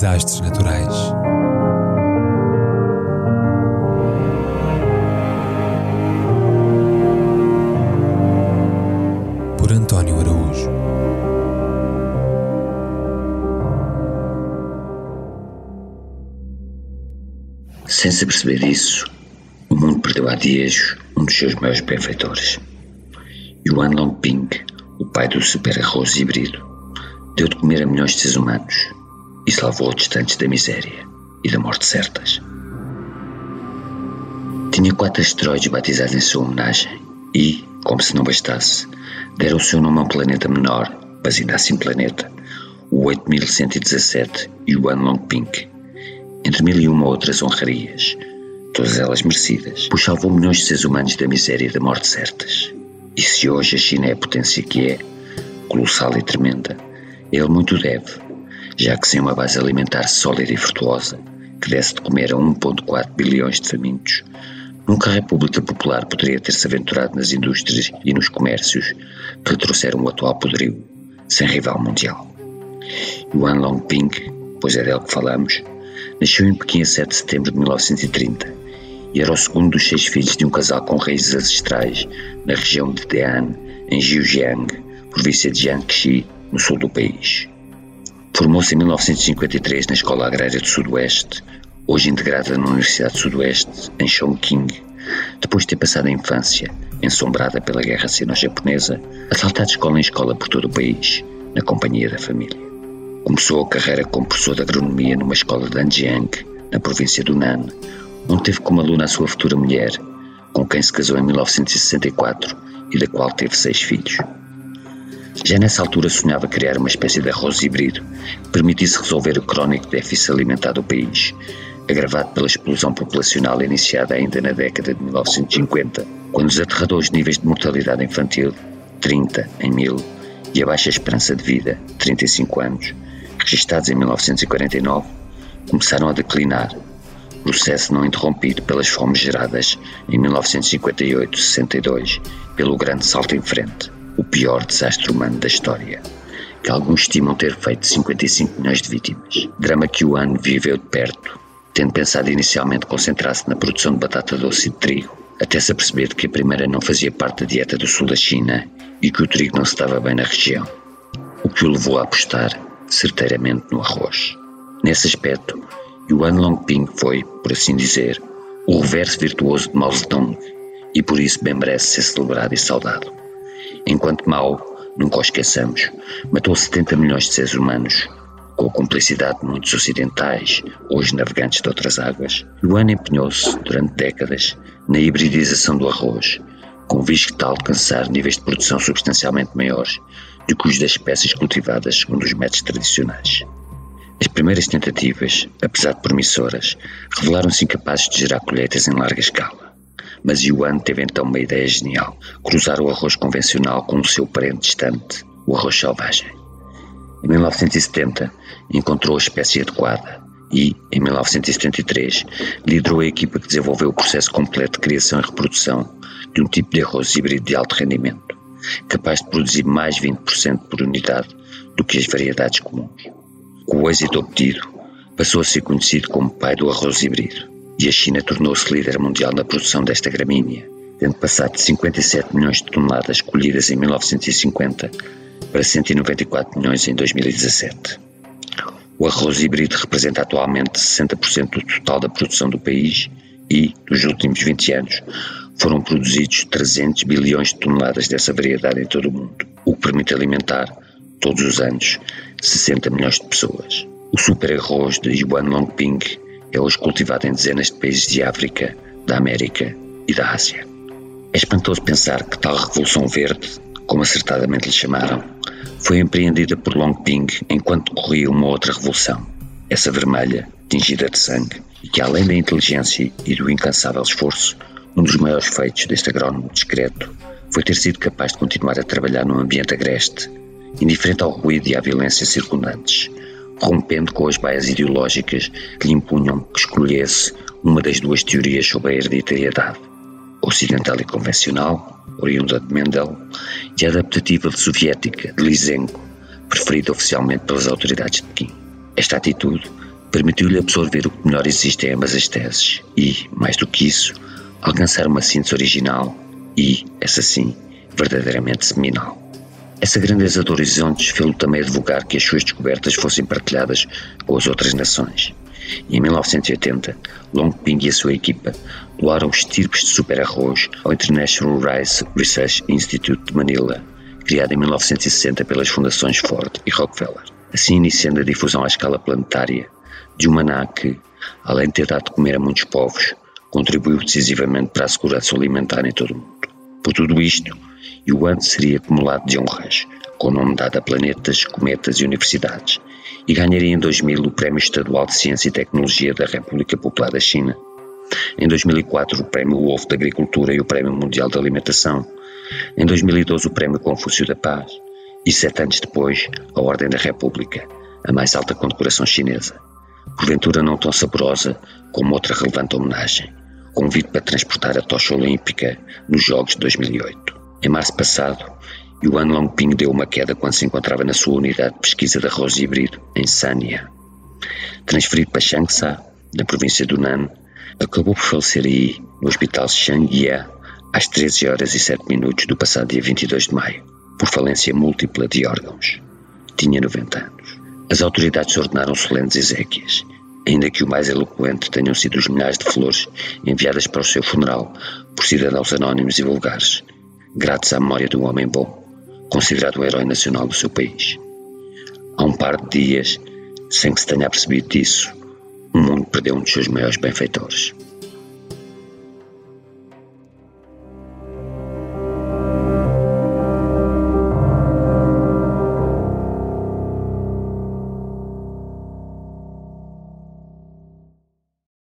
desastres naturais. Por António Araújo. Sem se perceber isso, o mundo perdeu há dias um dos seus maiores benfeitores. Yuan Longping, o pai do super arroz híbrido, deu de comer a milhões de seres humanos e salvou distantes da miséria e da morte certas. Tinha 4 asteroides batizados em sua homenagem e, como se não bastasse, deram o seu nome a um planeta menor, mas ainda assim planeta, o 8117 Yuan Longping, entre 1001 outras honrarias, todas elas merecidas, pois salvou milhões de seres humanos da miséria e da morte certas. E se hoje a China é a potência que é, colossal e tremenda, ele muito deve, já que sem uma base alimentar sólida e virtuosa, que desse de comer a 1,4 bilhões de famintos, nunca a República Popular poderia ter-se aventurado nas indústrias e nos comércios que lhe trouxeram o atual poderio, sem rival mundial. Yuan Longping, pois é dele que falamos, nasceu em Pequim a 7 de setembro de 1930 e era o segundo dos 6 filhos de um casal com raízes ancestrais na região de De'an, em Zhejiang, província de Jiangxi, no sul do país. Formou-se em 1953 na Escola Agrária do Sudoeste, hoje integrada na Universidade do Sudoeste, em Chongqing, depois de ter passado a infância, ensombrada pela Guerra Sino-Japonesa, a saltar de escola em escola por todo o país, na companhia da família. Começou a carreira como professor de agronomia numa escola de Anjiang, na província do Nan, onde teve como aluna a sua futura mulher, com quem se casou em 1964 e da qual teve 6 filhos. Já nessa altura sonhava criar uma espécie de arroz híbrido que permitisse resolver o crónico déficit alimentar do país, agravado pela explosão populacional iniciada ainda na década de 1950, quando os aterradores níveis de mortalidade infantil, 30 em 1000, e a baixa esperança de vida, 35 anos, registados em 1949, começaram a declinar, processo não interrompido pelas fomes geradas em 1958-62 pelo grande salto em frente, o pior desastre humano da história, que alguns estimam ter feito 55 milhões de vítimas. Drama que Yuan viveu de perto, tendo pensado inicialmente concentrar-se na produção de batata doce e de trigo, até se aperceber que a primeira não fazia parte da dieta do sul da China e que o trigo não se dava bem na região, o que o levou a apostar certeiramente no arroz. Nesse aspecto, Yuan Longping foi, por assim dizer, o reverso virtuoso de Mao Zedong e por isso bem merece ser celebrado e saudado. Enquanto Mao, nunca o esqueçamos, matou 70 milhões de seres humanos, com a cumplicidade de muitos ocidentais, hoje navegantes de outras águas, Yuan empenhou-se, durante décadas, na hibridização do arroz, com visco de alcançar níveis de produção substancialmente maiores do que os das espécies cultivadas segundo os métodos tradicionais. As primeiras tentativas, apesar de promissoras, revelaram-se incapazes de gerar colheitas em larga escala. Mas Yuan teve então uma ideia genial: cruzar o arroz convencional com o seu parente distante, o arroz selvagem. Em 1970, encontrou a espécie adequada e, em 1973, liderou a equipa que desenvolveu o processo completo de criação e reprodução de um tipo de arroz híbrido de alto rendimento, capaz de produzir mais 20% por unidade do que as variedades comuns. Com o êxito obtido, passou a ser conhecido como pai do arroz híbrido, e a China tornou-se líder mundial na produção desta gramínea, tendo passado de 57 milhões de toneladas colhidas em 1950 para 194 milhões em 2017. O arroz híbrido representa atualmente 60% do total da produção do país e, nos últimos 20 anos, foram produzidos 300 bilhões de toneladas dessa variedade em todo o mundo, o que permite alimentar, todos os anos, 60 milhões de pessoas. O super arroz de Yuan Longping é hoje cultivado em dezenas de países de África, da América e da Ásia. É espantoso pensar que tal revolução verde, como acertadamente lhe chamaram, foi empreendida por Longping enquanto decorria uma outra revolução, essa vermelha, tingida de sangue, e que além da inteligência e do incansável esforço, um dos maiores feitos deste agrónomo discreto foi ter sido capaz de continuar a trabalhar num ambiente agreste, indiferente ao ruído e à violência circundantes, rompendo com as baias ideológicas que lhe impunham que escolhesse uma das duas teorias sobre a hereditariedade, ocidental e convencional, oriunda de Mendel, e a adaptativa soviética de Lysenko, preferida oficialmente pelas autoridades de Pequim. Esta atitude, permitiu-lhe absorver o que melhor existe em ambas as teses e, mais do que isso, alcançar uma síntese original e, essa sim, verdadeiramente seminal. Essa grandeza de horizontes fez-lo também advogar que as suas descobertas fossem partilhadas com as outras nações. E em 1980, Long Ping e a sua equipa doaram estirpes de super-arroz ao International Rice Research Institute de Manila, criado em 1960 pelas fundações Ford e Rockefeller, assim iniciando a difusão à escala planetária de um maná que, além de ter dado de comer a muitos povos, contribuiu decisivamente para a segurança alimentar em todo o mundo. Por tudo isto, Yuan seria acumulado de honras, com o nome dado a planetas, cometas e universidades, e ganharia em 2000 o Prémio Estadual de Ciência e Tecnologia da República Popular da China. Em 2004, o Prémio Wolf da Agricultura e o Prémio Mundial da Alimentação. Em 2012, o Prémio Confúcio da Paz. E 7 anos depois, a Ordem da República, a mais alta condecoração chinesa. Porventura não tão saborosa como outra relevante homenagem, convite para transportar a tocha olímpica nos Jogos de 2008. Em março passado, Yuan Longping deu uma queda quando se encontrava na sua unidade de pesquisa de arroz híbrido, em Sanya. Transferido para Changsha, na província do Nan, acabou por falecer aí, no Hospital Changyia, às 13 horas e 7 minutos do passado dia 22 de maio, por falência múltipla de órgãos. Tinha 90 anos. As autoridades ordenaram solenes exéquias, ainda que o mais eloquente tenham sido os milhares de flores enviadas para o seu funeral por cidadãos anónimos e vulgares, gratos à memória de um homem bom, considerado o herói nacional do seu país. Há um par de dias, sem que se tenha percebido disso, o mundo perdeu um dos seus maiores benfeitores.